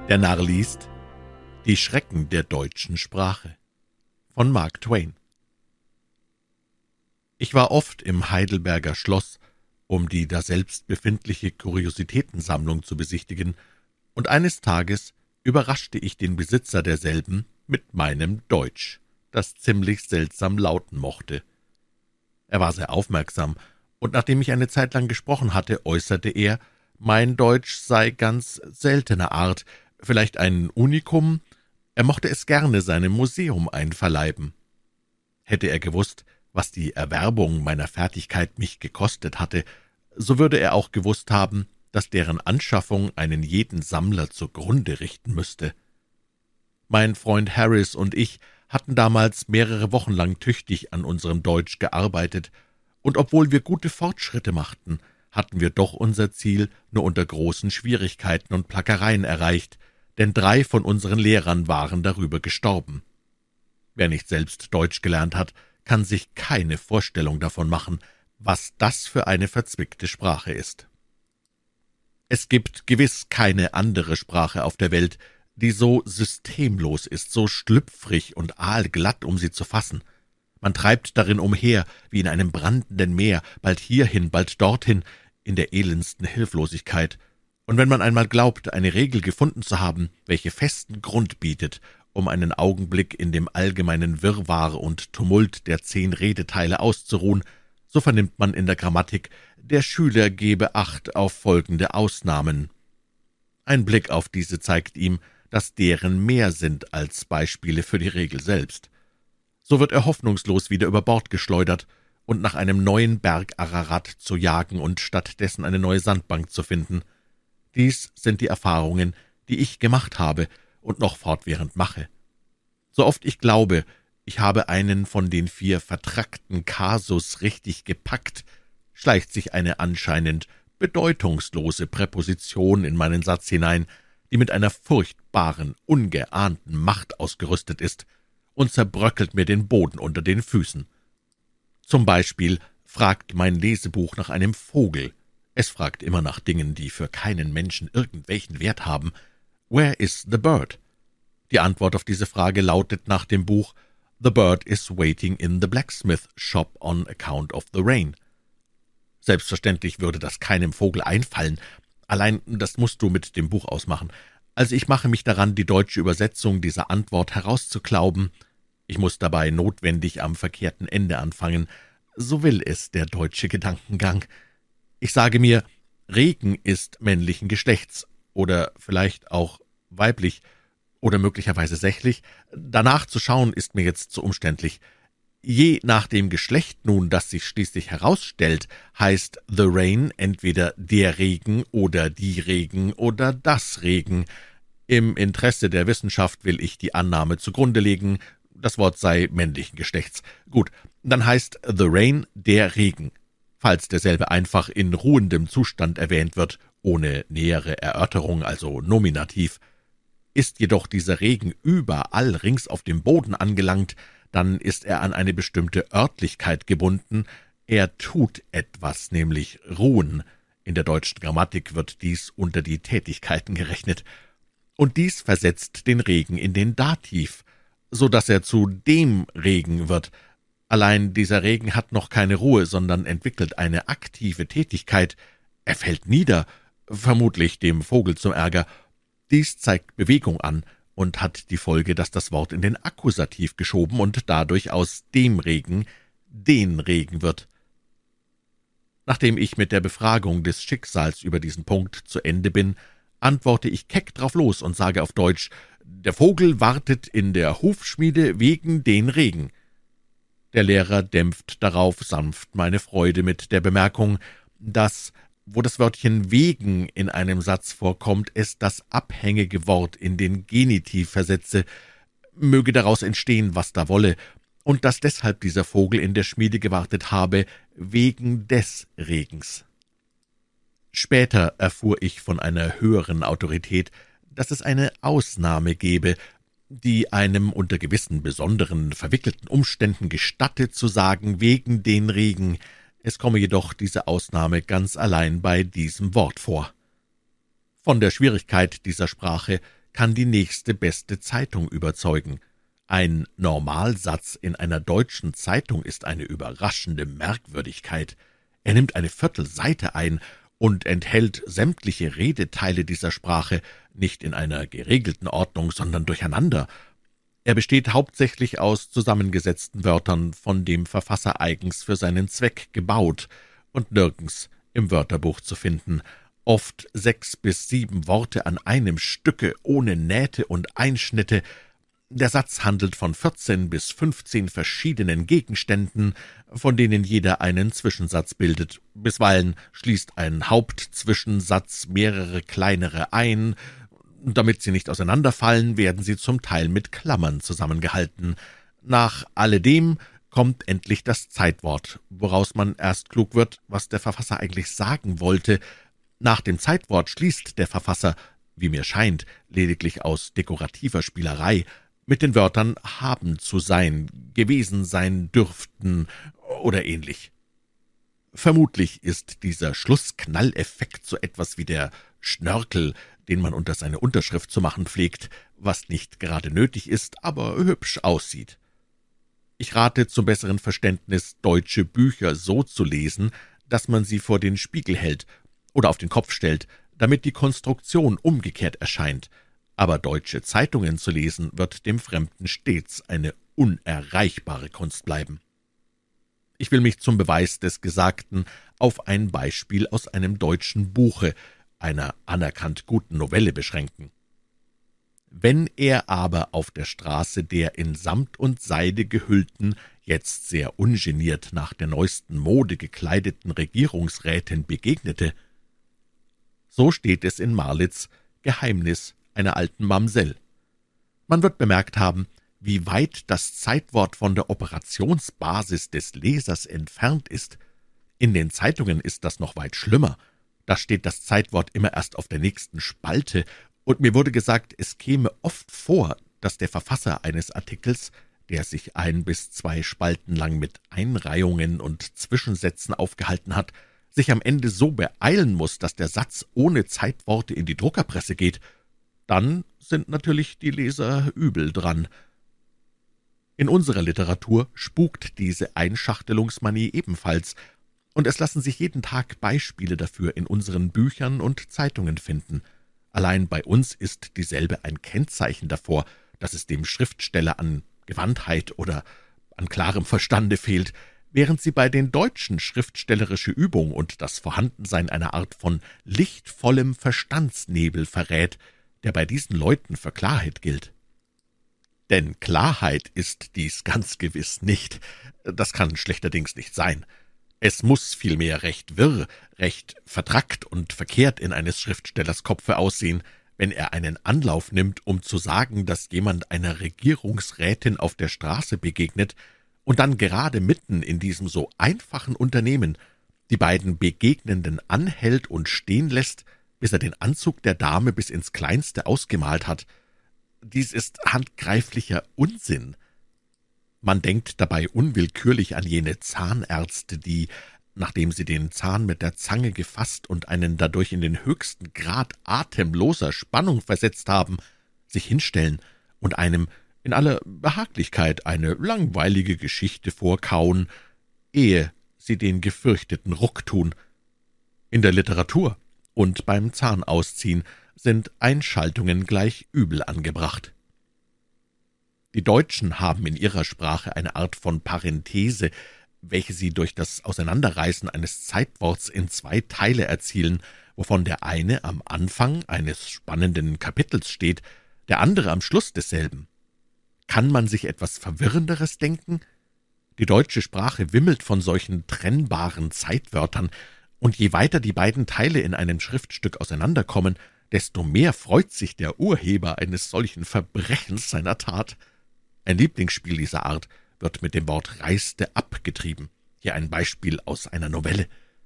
Der Narr liest Die Schrecken der deutschen Sprache von Mark Twain. Ich war oft im Heidelberger Schloss, um die daselbst befindliche Kuriositätensammlung zu besichtigen, und eines Tages überraschte ich den Besitzer derselben mit meinem Deutsch, das ziemlich seltsam lauten mochte. Er war sehr aufmerksam, und nachdem ich eine Zeit lang gesprochen hatte, äußerte er, mein Deutsch sei ganz seltener Art, vielleicht ein Unikum, er mochte es gerne seinem Museum einverleiben. Hätte er gewusst, was die Erwerbung meiner Fertigkeit mich gekostet hatte, so würde er auch gewusst haben, dass deren Anschaffung einen jeden Sammler zugrunde richten müsste. Mein Freund Harris und ich hatten damals mehrere Wochen lang tüchtig an unserem Deutsch gearbeitet, und obwohl wir gute Fortschritte machten, hatten wir doch unser Ziel nur unter großen Schwierigkeiten und Plackereien erreicht, denn 3 von unseren Lehrern waren darüber gestorben. Wer nicht selbst Deutsch gelernt hat, kann sich keine Vorstellung davon machen, was das für eine verzwickte Sprache ist. Es gibt gewiss keine andere Sprache auf der Welt, die so systemlos ist, so schlüpfrig und aalglatt, um sie zu fassen. Man treibt darin umher, wie in einem brandenden Meer, bald hierhin, bald dorthin, in der elendsten Hilflosigkeit. Und wenn man einmal glaubt, eine Regel gefunden zu haben, welche festen Grund bietet, um einen Augenblick in dem allgemeinen Wirrwarr und Tumult der 10 Redeteile auszuruhen, so vernimmt man in der Grammatik, der Schüler gebe Acht auf folgende Ausnahmen. Ein Blick auf diese zeigt ihm, dass deren mehr sind als Beispiele für die Regel selbst. So wird er hoffnungslos wieder über Bord geschleudert und nach einem neuen Berg Ararat zu jagen und stattdessen eine neue Sandbank zu finden. Dies sind die Erfahrungen, die ich gemacht habe und noch fortwährend mache. So oft ich glaube, ich habe einen von den 4 vertrackten Kasus richtig gepackt, schleicht sich eine anscheinend bedeutungslose Präposition in meinen Satz hinein, die mit einer furchtbaren, ungeahnten Macht ausgerüstet ist, und zerbröckelt mir den Boden unter den Füßen. Zum Beispiel fragt mein Lesebuch nach einem Vogel. Es fragt immer nach Dingen, die für keinen Menschen irgendwelchen Wert haben. Where is the bird? Die Antwort auf diese Frage lautet nach dem Buch, The bird is waiting in the blacksmith shop on account of the rain. Selbstverständlich würde das keinem Vogel einfallen, allein das musst du mit dem Buch ausmachen. Also ich mache mich daran, die deutsche Übersetzung dieser Antwort herauszuklauben. Ich muss dabei notwendig am verkehrten Ende anfangen. So will es der deutsche Gedankengang. Ich sage mir, Regen ist männlichen Geschlechts, oder vielleicht auch weiblich, oder möglicherweise sächlich. Danach zu schauen, ist mir jetzt zu umständlich. Je nach dem Geschlecht nun, das sich schließlich herausstellt, heißt the rain entweder der Regen oder die Regen oder das Regen. Im Interesse der Wissenschaft will ich die Annahme zugrunde legen, das Wort sei männlichen Geschlechts. Gut, dann heißt the rain der Regen, falls derselbe einfach in ruhendem Zustand erwähnt wird, ohne nähere Erörterung, also nominativ. Ist jedoch dieser Regen überall rings auf dem Boden angelangt, dann ist er an eine bestimmte Örtlichkeit gebunden. Er tut etwas, nämlich ruhen. In der deutschen Grammatik wird dies unter die Tätigkeiten gerechnet. Und dies versetzt den Regen in den Dativ, so dass er zu dem Regen wird. Allein dieser Regen hat noch keine Ruhe, sondern entwickelt eine aktive Tätigkeit. Er fällt nieder, vermutlich dem Vogel zum Ärger. Dies zeigt Bewegung an und hat die Folge, dass das Wort in den Akkusativ geschoben und dadurch aus dem Regen den Regen wird. Nachdem ich mit der Befragung des Schicksals über diesen Punkt zu Ende bin, antworte ich keck drauf los und sage auf Deutsch, der Vogel wartet in der Hufschmiede wegen den Regen. Der Lehrer dämpft darauf sanft meine Freude mit der Bemerkung, dass, wo das Wörtchen wegen in einem Satz vorkommt, es das abhängige Wort in den Genitiv versetze, möge daraus entstehen, was da wolle, und dass deshalb dieser Vogel in der Schmiede gewartet habe, wegen des Regens. Später erfuhr ich von einer höheren Autorität, dass es eine Ausnahme gebe, die einem unter gewissen besonderen, verwickelten Umständen gestatte zu sagen, wegen den Regen. Es komme jedoch diese Ausnahme ganz allein bei diesem Wort vor. Von der Schwierigkeit dieser Sprache kann die nächste beste Zeitung überzeugen. Ein Normalsatz in einer deutschen Zeitung ist eine überraschende Merkwürdigkeit. Er nimmt eine Viertelseite ein und enthält sämtliche Redeteile dieser Sprache, nicht in einer geregelten Ordnung, sondern durcheinander. Er besteht hauptsächlich aus zusammengesetzten Wörtern, von dem Verfasser eigens für seinen Zweck gebaut und nirgends im Wörterbuch zu finden. Oft 6 bis 7 Worte an einem Stücke, ohne Nähte und Einschnitte. Der Satz handelt von 14 bis 15 verschiedenen Gegenständen, von denen jeder einen Zwischensatz bildet. Bisweilen schließt ein Hauptzwischensatz mehrere kleinere ein. Damit sie nicht auseinanderfallen, werden sie zum Teil mit Klammern zusammengehalten. Nach alledem kommt endlich das Zeitwort, woraus man erst klug wird, was der Verfasser eigentlich sagen wollte. Nach dem Zeitwort schließt der Verfasser, wie mir scheint, lediglich aus dekorativer Spielerei, mit den Wörtern haben zu sein, gewesen sein dürften oder ähnlich. Vermutlich ist dieser Schlussknalleffekt so etwas wie der Schnörkel, den man unter seine Unterschrift zu machen pflegt, was nicht gerade nötig ist, aber hübsch aussieht. Ich rate zum besseren Verständnis, deutsche Bücher so zu lesen, dass man sie vor den Spiegel hält oder auf den Kopf stellt, damit die Konstruktion umgekehrt erscheint. Aber deutsche Zeitungen zu lesen, wird dem Fremden stets eine unerreichbare Kunst bleiben. Ich will mich zum Beweis des Gesagten auf ein Beispiel aus einem deutschen Buche, einer anerkannt guten Novelle, beschränken. Wenn er aber auf der Straße der in Samt und Seide gehüllten, jetzt sehr ungeniert nach der neuesten Mode gekleideten Regierungsrätin begegnete, so steht es in Marlitz Geheimnis einer alten Mamsell. Man wird bemerkt haben, wie weit das Zeitwort von der Operationsbasis des Lesers entfernt ist. In den Zeitungen ist das noch weit schlimmer. Da steht das Zeitwort immer erst auf der nächsten Spalte, und mir wurde gesagt, es käme oft vor, dass der Verfasser eines Artikels, der sich 1 bis 2 Spalten lang mit Einreihungen und Zwischensätzen aufgehalten hat, sich am Ende so beeilen muss, dass der Satz ohne Zeitworte in die Druckerpresse geht. Dann sind natürlich die Leser übel dran. In unserer Literatur spukt diese Einschachtelungsmanie ebenfalls, und es lassen sich jeden Tag Beispiele dafür in unseren Büchern und Zeitungen finden. Allein bei uns ist dieselbe ein Kennzeichen davor, dass es dem Schriftsteller an Gewandtheit oder an klarem Verstande fehlt, während sie bei den Deutschen schriftstellerische Übung und das Vorhandensein einer Art von lichtvollem Verstandsnebel verrät, der bei diesen Leuten für Klarheit gilt. Denn Klarheit ist dies ganz gewiss nicht. Das kann schlechterdings nicht sein. Es muß vielmehr recht wirr, recht vertrackt und verkehrt in eines Schriftstellers Kopfe aussehen, wenn er einen Anlauf nimmt, um zu sagen, dass jemand einer Regierungsrätin auf der Straße begegnet und dann gerade mitten in diesem so einfachen Unternehmen die beiden Begegnenden anhält und stehen lässt, bis er den Anzug der Dame bis ins Kleinste ausgemalt hat. Dies ist handgreiflicher Unsinn. Man denkt dabei unwillkürlich an jene Zahnärzte, die, nachdem sie den Zahn mit der Zange gefasst und einen dadurch in den höchsten Grad atemloser Spannung versetzt haben, sich hinstellen und einem in aller Behaglichkeit eine langweilige Geschichte vorkauen, ehe sie den gefürchteten Ruck tun. In der Literatur und beim Zahnausziehen sind Einschaltungen gleich übel angebracht. Die Deutschen haben in ihrer Sprache eine Art von Parenthese, welche sie durch das Auseinanderreißen eines Zeitworts in 2 Teile erzielen, wovon der eine am Anfang eines spannenden Kapitels steht, der andere am Schluss desselben. Kann man sich etwas Verwirrenderes denken? Die deutsche Sprache wimmelt von solchen trennbaren Zeitwörtern, und je weiter die beiden Teile in einem Schriftstück auseinanderkommen, desto mehr freut sich der Urheber eines solchen Verbrechens seiner Tat. Ein Lieblingsspiel dieser Art wird mit dem Wort »reiste« abgetrieben. Hier ein Beispiel aus einer Novelle.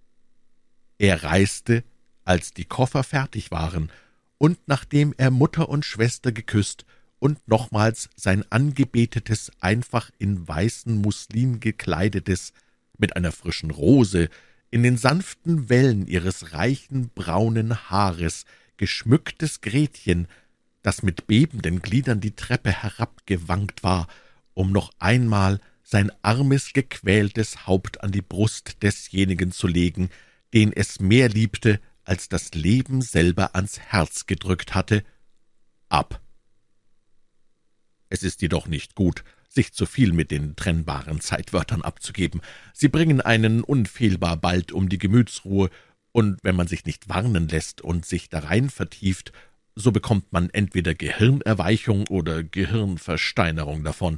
Er reiste, als die Koffer fertig waren, und nachdem er Mutter und Schwester geküsst und nochmals sein angebetetes, einfach in weißen Muslin gekleidetes, mit einer frischen Rose, in den sanften Wellen ihres reichen braunen Haares geschmücktes Gretchen das mit bebenden Gliedern die Treppe herabgewankt war, um noch einmal sein armes, gequältes Haupt an die Brust desjenigen zu legen, den es mehr liebte, als das Leben selber ans Herz gedrückt hatte, ab. Es ist jedoch nicht gut, sich zu viel mit den trennbaren Zeitwörtern abzugeben. Sie bringen einen unfehlbar bald um die Gemütsruhe, und wenn man sich nicht warnen lässt und sich darein vertieft, so bekommt man entweder Gehirnerweichung oder Gehirnversteinerung davon.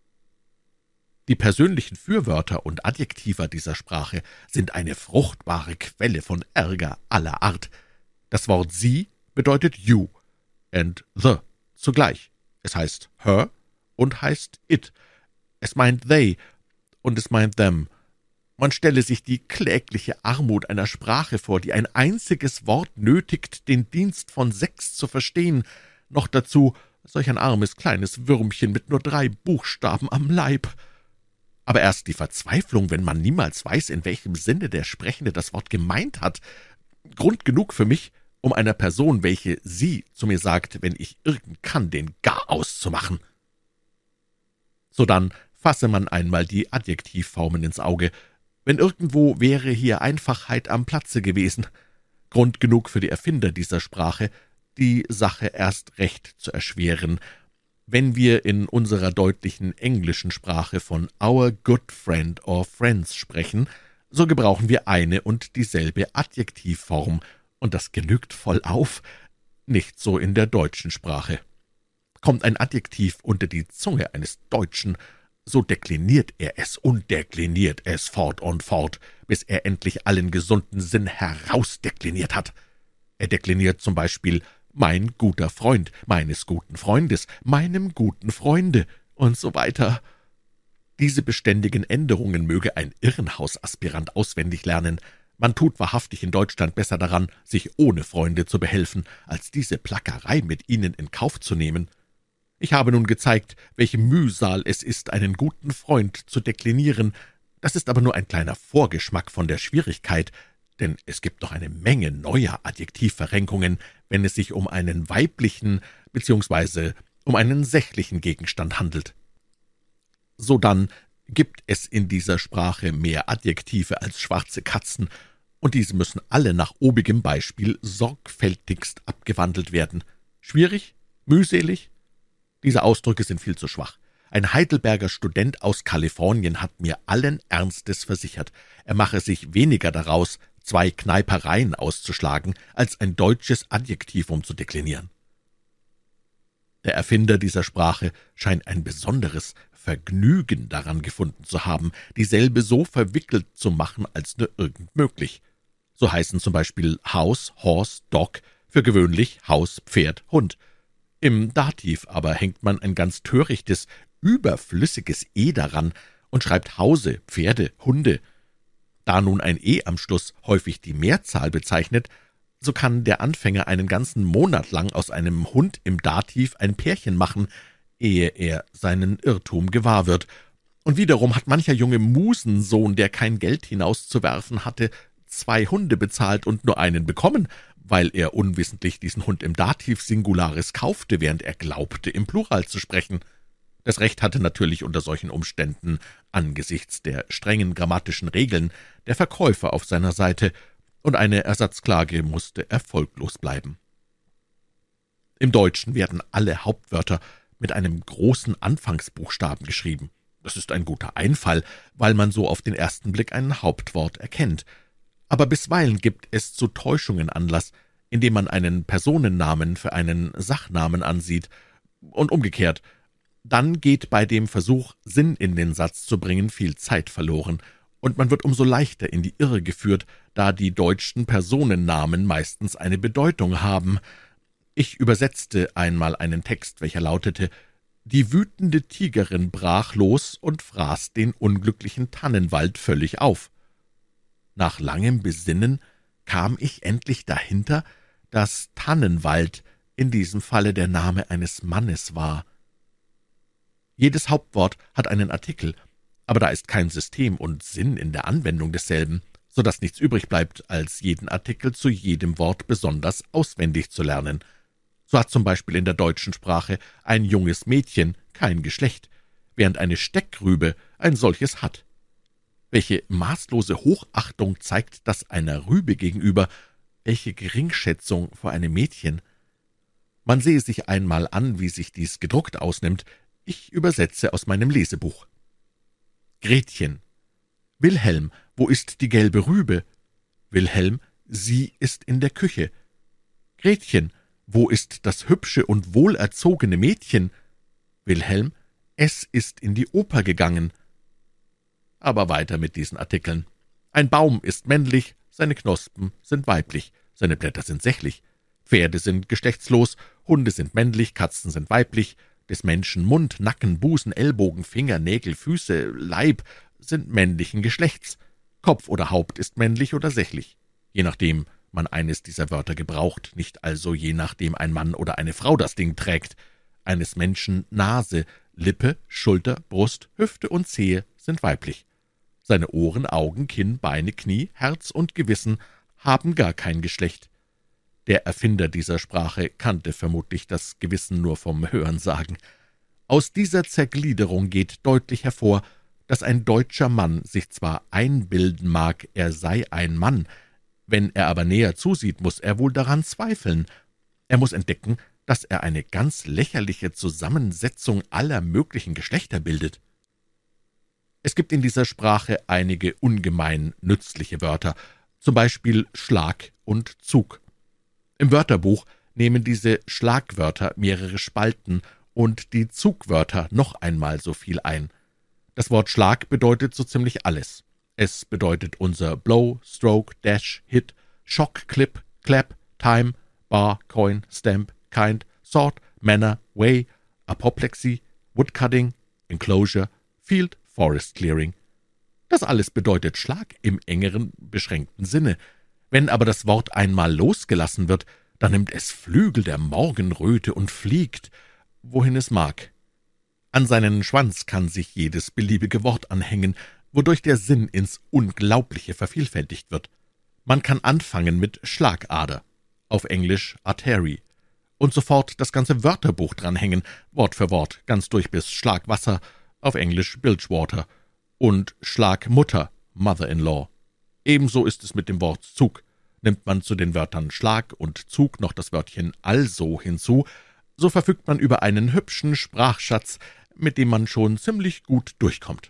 Die persönlichen Fürwörter und Adjektiva dieser Sprache sind eine fruchtbare Quelle von Ärger aller Art. Das Wort sie bedeutet you and the zugleich. Es heißt her und heißt it. Es meint they und es meint them. Man stelle sich die klägliche Armut einer Sprache vor, die ein einziges Wort nötigt, den Dienst von 6 zu verstehen, noch dazu solch ein armes kleines Würmchen mit nur 3 Buchstaben am Leib. Aber erst die Verzweiflung, wenn man niemals weiß, in welchem Sinne der Sprechende das Wort gemeint hat, Grund genug für mich, um einer Person, welche sie zu mir sagt, wenn ich irgend kann, den Garaus zu machen. Sodann fasse man einmal die Adjektivformen ins Auge. Wenn irgendwo wäre hier Einfachheit am Platze gewesen. Grund genug für die Erfinder dieser Sprache, die Sache erst recht zu erschweren. Wenn wir in unserer deutlichen englischen Sprache von our good friend or friends sprechen, so gebrauchen wir eine und dieselbe Adjektivform, und das genügt vollauf. Nicht so in der deutschen Sprache. Kommt ein Adjektiv unter die Zunge eines Deutschen, so dekliniert er es und dekliniert es fort und fort, bis er endlich allen gesunden Sinn herausdekliniert hat. Er dekliniert zum Beispiel mein guter Freund, meines guten Freundes, meinem guten Freunde und so weiter. Diese beständigen Änderungen möge ein Irrenhausaspirant auswendig lernen. Man tut wahrhaftig in Deutschland besser daran, sich ohne Freunde zu behelfen, als diese Plackerei mit ihnen in Kauf zu nehmen. Ich habe nun gezeigt, welche Mühsal es ist, einen guten Freund zu deklinieren. Das ist aber nur ein kleiner Vorgeschmack von der Schwierigkeit, denn es gibt noch eine Menge neuer Adjektivverrenkungen, wenn es sich um einen weiblichen bzw. um einen sächlichen Gegenstand handelt. Sodann gibt es in dieser Sprache mehr Adjektive als schwarze Katzen, und diese müssen alle nach obigem Beispiel sorgfältigst abgewandelt werden. Schwierig? Mühselig? Diese Ausdrücke sind viel zu schwach. Ein Heidelberger Student aus Kalifornien hat mir allen Ernstes versichert, er mache sich weniger daraus, 2 Kneipereien auszuschlagen, als ein deutsches Adjektivum zu deklinieren. Der Erfinder dieser Sprache scheint ein besonderes Vergnügen daran gefunden zu haben, dieselbe so verwickelt zu machen, als nur irgend möglich. So heißen zum Beispiel House, Horse, Dog für gewöhnlich Haus, Pferd, Hund. Im Dativ aber hängt man ein ganz törichtes, überflüssiges »e« daran und schreibt Hause, Pferde, Hunde. Da nun ein »e« am Schluss häufig die Mehrzahl bezeichnet, so kann der Anfänger einen ganzen Monat lang aus einem Hund im Dativ ein Pärchen machen, ehe er seinen Irrtum gewahr wird. Und wiederum hat mancher junge Musensohn, der kein Geld hinauszuwerfen hatte, 2 Hunde bezahlt und nur einen bekommen, weil er unwissentlich diesen Hund im Dativ Singularis kaufte, während er glaubte, im Plural zu sprechen. Das Recht hatte natürlich unter solchen Umständen, angesichts der strengen grammatischen Regeln, der Verkäufer auf seiner Seite, und eine Ersatzklage musste erfolglos bleiben. Im Deutschen werden alle Hauptwörter mit einem großen Anfangsbuchstaben geschrieben. Das ist ein guter Einfall, weil man so auf den ersten Blick ein Hauptwort erkennt. Aber bisweilen gibt es zu Täuschungen Anlass, indem man einen Personennamen für einen Sachnamen ansieht, und umgekehrt. Dann geht bei dem Versuch, Sinn in den Satz zu bringen, viel Zeit verloren, und man wird umso leichter in die Irre geführt, da die deutschen Personennamen meistens eine Bedeutung haben. Ich übersetzte einmal einen Text, welcher lautete: »Die wütende Tigerin brach los und fraß den unglücklichen Tannenwald völlig auf.« Nach langem Besinnen kam ich endlich dahinter, dass Tannenwald in diesem Falle der Name eines Mannes war. Jedes Hauptwort hat einen Artikel, aber da ist kein System und Sinn in der Anwendung desselben, so dass nichts übrig bleibt, als jeden Artikel zu jedem Wort besonders auswendig zu lernen. So hat zum Beispiel in der deutschen Sprache ein junges Mädchen kein Geschlecht, während eine Steckrübe ein solches hat. Welche maßlose Hochachtung zeigt das einer Rübe gegenüber, welche Geringschätzung vor einem Mädchen. Man sehe sich einmal an, wie sich dies gedruckt ausnimmt. Ich übersetze aus meinem Lesebuch. Gretchen: Wilhelm, wo ist die gelbe Rübe? Wilhelm: sie ist in der Küche. Gretchen: wo ist das hübsche und wohlerzogene Mädchen? Wilhelm: es ist in die Oper gegangen. Aber weiter mit diesen Artikeln. Ein Baum ist männlich, seine Knospen sind weiblich, seine Blätter sind sächlich. Pferde sind geschlechtslos, Hunde sind männlich, Katzen sind weiblich, des Menschen Mund, Nacken, Busen, Ellbogen, Finger, Nägel, Füße, Leib sind männlichen Geschlechts. Kopf oder Haupt ist männlich oder sächlich, je nachdem man eines dieser Wörter gebraucht, nicht also je nachdem ein Mann oder eine Frau das Ding trägt. Eines Menschen Nase, Lippe, Schulter, Brust, Hüfte und Zehe sind weiblich. Seine Ohren, Augen, Kinn, Beine, Knie, Herz und Gewissen haben gar kein Geschlecht. Der Erfinder dieser Sprache kannte vermutlich das Gewissen nur vom Hörensagen. Aus dieser Zergliederung geht deutlich hervor, dass ein deutscher Mann sich zwar einbilden mag, er sei ein Mann, wenn er aber näher zusieht, muss er wohl daran zweifeln. Er muss entdecken, dass er eine ganz lächerliche Zusammensetzung aller möglichen Geschlechter bildet. Es gibt in dieser Sprache einige ungemein nützliche Wörter, zum Beispiel Schlag und Zug. Im Wörterbuch nehmen diese Schlagwörter mehrere Spalten und die Zugwörter noch einmal so viel ein. Das Wort Schlag bedeutet so ziemlich alles. Es bedeutet unser Blow, Stroke, Dash, Hit, Shock, Clip, Clap, Time, Bar, Coin, Stamp, Kind, Sort, Manner, Way, Apoplexy, Woodcutting, Enclosure, Field, Forest Clearing. Das alles bedeutet Schlag im engeren, beschränkten Sinne. Wenn aber das Wort einmal losgelassen wird, dann nimmt es Flügel der Morgenröte und fliegt, wohin es mag. An seinen Schwanz kann sich jedes beliebige Wort anhängen, wodurch der Sinn ins Unglaubliche vervielfältigt wird. Man kann anfangen mit Schlagader, auf Englisch Artery, und sofort das ganze Wörterbuch dranhängen, Wort für Wort, ganz durch bis Schlagwasser, auf Englisch Bilgewater, und Schlagmutter, Mother-in-law. Ebenso ist es mit dem Wort Zug. Nimmt man zu den Wörtern Schlag und Zug noch das Wörtchen also hinzu, so verfügt man über einen hübschen Sprachschatz, mit dem man schon ziemlich gut durchkommt.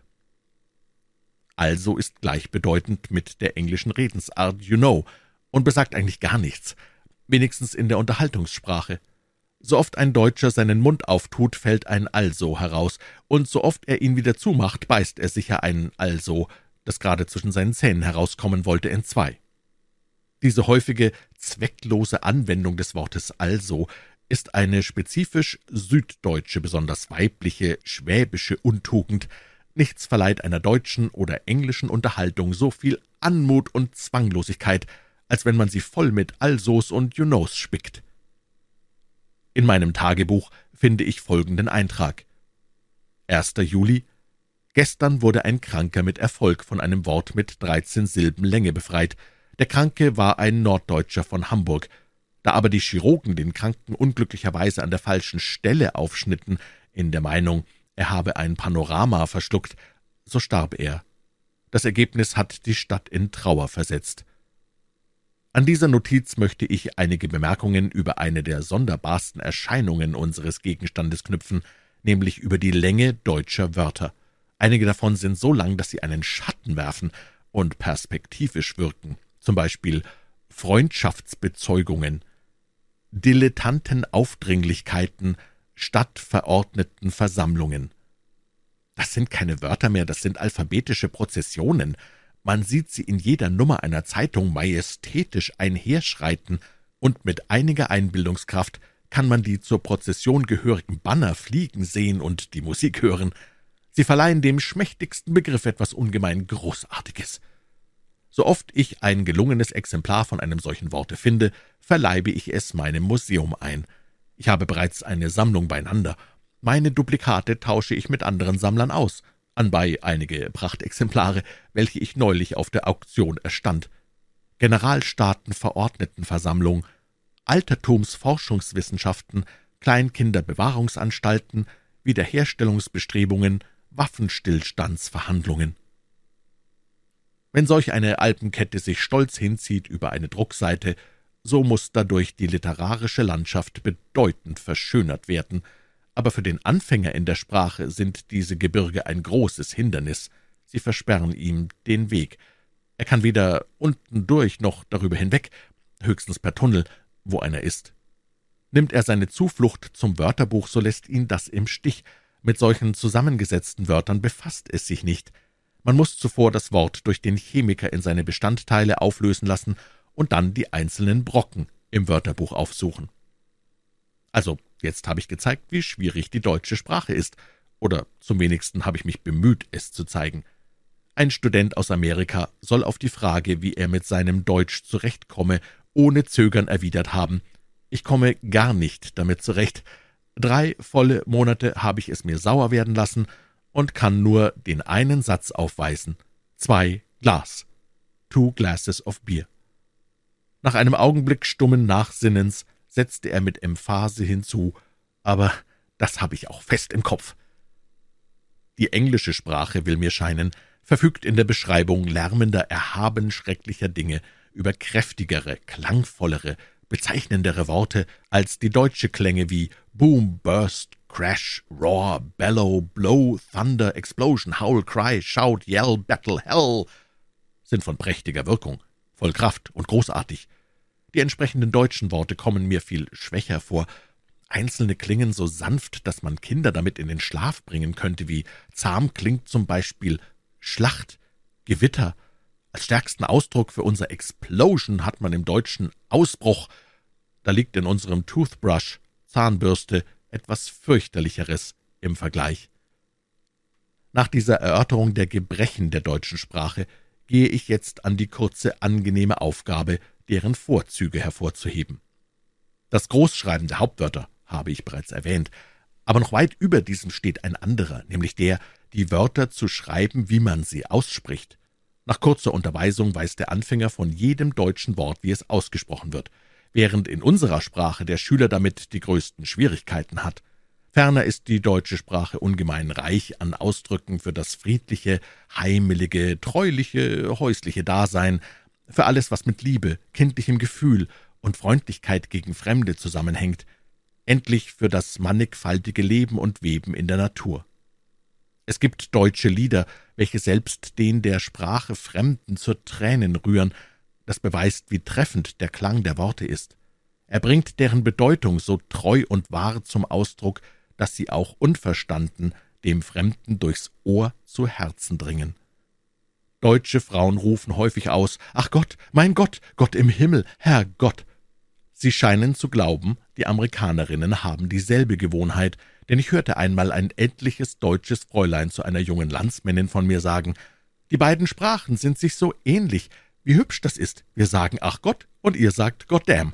Also ist gleichbedeutend mit der englischen Redensart you know und besagt eigentlich gar nichts, wenigstens in der Unterhaltungssprache. So oft ein Deutscher seinen Mund auftut, fällt ein Also heraus, und so oft er ihn wieder zumacht, beißt er sicher ein Also, das gerade zwischen seinen Zähnen herauskommen wollte, entzwei. Diese häufige, zwecklose Anwendung des Wortes also ist eine spezifisch süddeutsche, besonders weibliche, schwäbische Untugend. Nichts verleiht einer deutschen oder englischen Unterhaltung so viel Anmut und Zwanglosigkeit, als wenn man sie voll mit Alsos und You knows spickt. In meinem Tagebuch finde ich folgenden Eintrag: 1. Juli. Gestern wurde ein Kranker mit Erfolg von einem Wort mit 13 Silben Länge befreit. Der Kranke war ein Norddeutscher von Hamburg. Da aber die Chirurgen den Kranken unglücklicherweise an der falschen Stelle aufschnitten, in der Meinung, er habe ein Panorama verschluckt, so starb er. Das Ergebnis hat die Stadt in Trauer versetzt. An dieser Notiz möchte ich einige Bemerkungen über eine der sonderbarsten Erscheinungen unseres Gegenstandes knüpfen, nämlich über die Länge deutscher Wörter. Einige davon sind so lang, dass sie einen Schatten werfen und perspektivisch wirken, zum Beispiel Freundschaftsbezeugungen, Dilettantenaufdringlichkeiten, Stadtverordnetenversammlungen. Das sind keine Wörter mehr, das sind alphabetische Prozessionen. Man sieht sie in jeder Nummer einer Zeitung majestätisch einherschreiten, und mit einiger Einbildungskraft kann man die zur Prozession gehörigen Banner fliegen sehen und die Musik hören. Sie verleihen dem schmächtigsten Begriff etwas ungemein Großartiges. So oft ich ein gelungenes Exemplar von einem solchen Worte finde, verleibe ich es meinem Museum ein. Ich habe bereits eine Sammlung beieinander. Meine Duplikate tausche ich mit anderen Sammlern aus, anbei einige Prachtexemplare, welche ich neulich auf der Auktion erstand. Generalstaatenverordnetenversammlung, Altertumsforschungswissenschaften, Kleinkinderbewahrungsanstalten, Wiederherstellungsbestrebungen, Waffenstillstandsverhandlungen. Wenn solch eine Alpenkette sich stolz hinzieht über eine Druckseite, so muß dadurch die literarische Landschaft bedeutend verschönert werden, aber für den Anfänger in der Sprache sind diese Gebirge ein großes Hindernis, sie versperren ihm den Weg. Er kann weder unten durch noch darüber hinweg, höchstens per Tunnel, wo einer ist. Nimmt er seine Zuflucht zum Wörterbuch, so lässt ihn das im Stich. Mit solchen zusammengesetzten Wörtern befasst es sich nicht. Man muß zuvor das Wort durch den Chemiker in seine Bestandteile auflösen lassen und dann die einzelnen Brocken im Wörterbuch aufsuchen. Also, jetzt habe ich gezeigt, wie schwierig die deutsche Sprache ist, oder zum wenigsten habe ich mich bemüht, es zu zeigen. Ein Student aus Amerika soll auf die Frage, wie er mit seinem Deutsch zurechtkomme, ohne Zögern erwidert haben: »Ich komme gar nicht damit zurecht. 3 volle Monate habe ich es mir sauer werden lassen und kann nur den einen Satz aufweisen: 2 Glas. 2 glasses of beer.« Nach einem Augenblick stummen Nachsinnens setzte er mit Emphase hinzu: »Aber das habe ich auch fest im Kopf.« Die englische Sprache, will mir scheinen, verfügt in der Beschreibung lärmender, erhaben schrecklicher Dinge über kräftigere, klangvollere, bezeichnendere Worte als die deutsche Klänge wie Boom, Burst, Crash, Roar, Bellow, Blow, Thunder, Explosion, Howl, Cry, Shout, Yell, Battle, Hell sind von prächtiger Wirkung, voll Kraft und großartig. Die entsprechenden deutschen Worte kommen mir viel schwächer vor. Einzelne klingen so sanft, dass man Kinder damit in den Schlaf bringen könnte, wie zahm klingt zum Beispiel Schlacht, Gewitter. Als stärksten Ausdruck für unser Explosion hat man im Deutschen Ausbruch. Da liegt in unserem Toothbrush, Zahnbürste, etwas fürchterlicheres im Vergleich. Nach dieser Erörterung der Gebrechen der deutschen Sprache gehe ich jetzt an die kurze, angenehme Aufgabe, deren Vorzüge hervorzuheben. Das Großschreiben der Hauptwörter habe ich bereits erwähnt, aber noch weit über diesem steht ein anderer, nämlich der, die Wörter zu schreiben, wie man sie ausspricht. Nach kurzer Unterweisung weiß der Anfänger von jedem deutschen Wort, wie es ausgesprochen wird, während in unserer Sprache der Schüler damit die größten Schwierigkeiten hat. Ferner ist die deutsche Sprache ungemein reich an Ausdrücken für das friedliche, heimelige, treuliche, häusliche Dasein, für alles, was mit Liebe, kindlichem Gefühl und Freundlichkeit gegen Fremde zusammenhängt, endlich für das mannigfaltige Leben und Weben in der Natur. Es gibt deutsche Lieder, welche selbst den der Sprache Fremden zur Tränen rühren. Das beweist, wie treffend der Klang der Worte ist. Er bringt deren Bedeutung so treu und wahr zum Ausdruck, dass sie auch unverstanden dem Fremden durchs Ohr zu Herzen dringen. Deutsche Frauen rufen häufig aus: »Ach Gott, mein Gott, Gott im Himmel, Herr Gott!« Sie scheinen zu glauben, die Amerikanerinnen haben dieselbe Gewohnheit, denn ich hörte einmal ein ältliches deutsches Fräulein zu einer jungen Landsmännin von mir sagen: »Die beiden Sprachen sind sich so ähnlich. Wie hübsch das ist. Wir sagen ach Gott, und ihr sagt Goddamn.«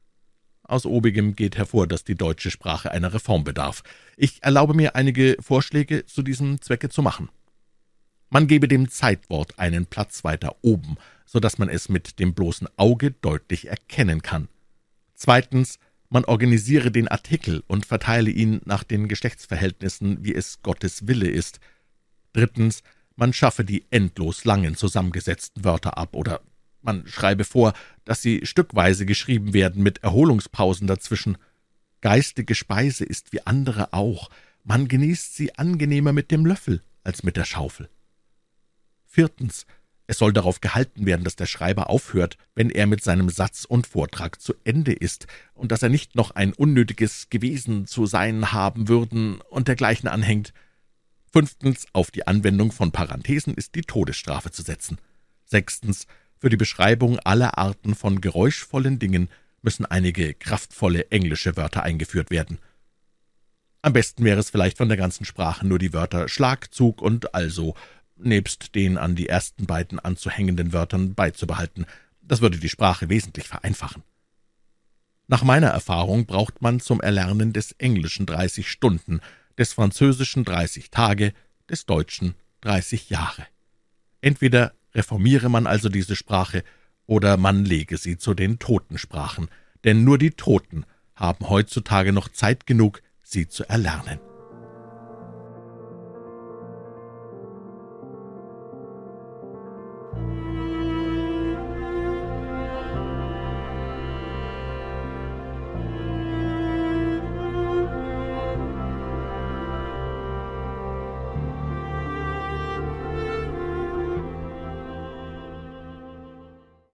Aus obigem geht hervor, dass die deutsche Sprache einer Reform bedarf. Ich erlaube mir, einige Vorschläge zu diesem Zwecke zu machen. Man gebe dem Zeitwort einen Platz weiter oben, so dass man es mit dem bloßen Auge deutlich erkennen kann. Zweitens, man organisiere den Artikel und verteile ihn nach den Geschlechtsverhältnissen, wie es Gottes Wille ist. Drittens, man schaffe die endlos langen zusammengesetzten Wörter ab, oder man schreibe vor, dass sie stückweise geschrieben werden, mit Erholungspausen dazwischen. Geistige Speise ist wie andere auch. Man genießt sie angenehmer mit dem Löffel als mit der Schaufel. Viertens, es soll darauf gehalten werden, dass der Schreiber aufhört, wenn er mit seinem Satz und Vortrag zu Ende ist, und dass er nicht noch ein unnötiges gewesen zu sein haben würden und dergleichen anhängt. Fünftens, auf die Anwendung von Parenthesen ist die Todesstrafe zu setzen. Sechstens, für die Beschreibung aller Arten von geräuschvollen Dingen müssen einige kraftvolle englische Wörter eingeführt werden. Am besten wäre es vielleicht, von der ganzen Sprache nur die Wörter Schlag, Zug und also nebst den an die ersten beiden anzuhängenden Wörtern beizubehalten. Das würde die Sprache wesentlich vereinfachen. Nach meiner Erfahrung braucht man zum Erlernen des Englischen 30 Stunden, des Französischen 30 Tage, des Deutschen 30 Jahre. Entweder reformiere man also diese Sprache, oder man lege sie zu den Totensprachen, denn nur die Toten haben heutzutage noch Zeit genug, sie zu erlernen.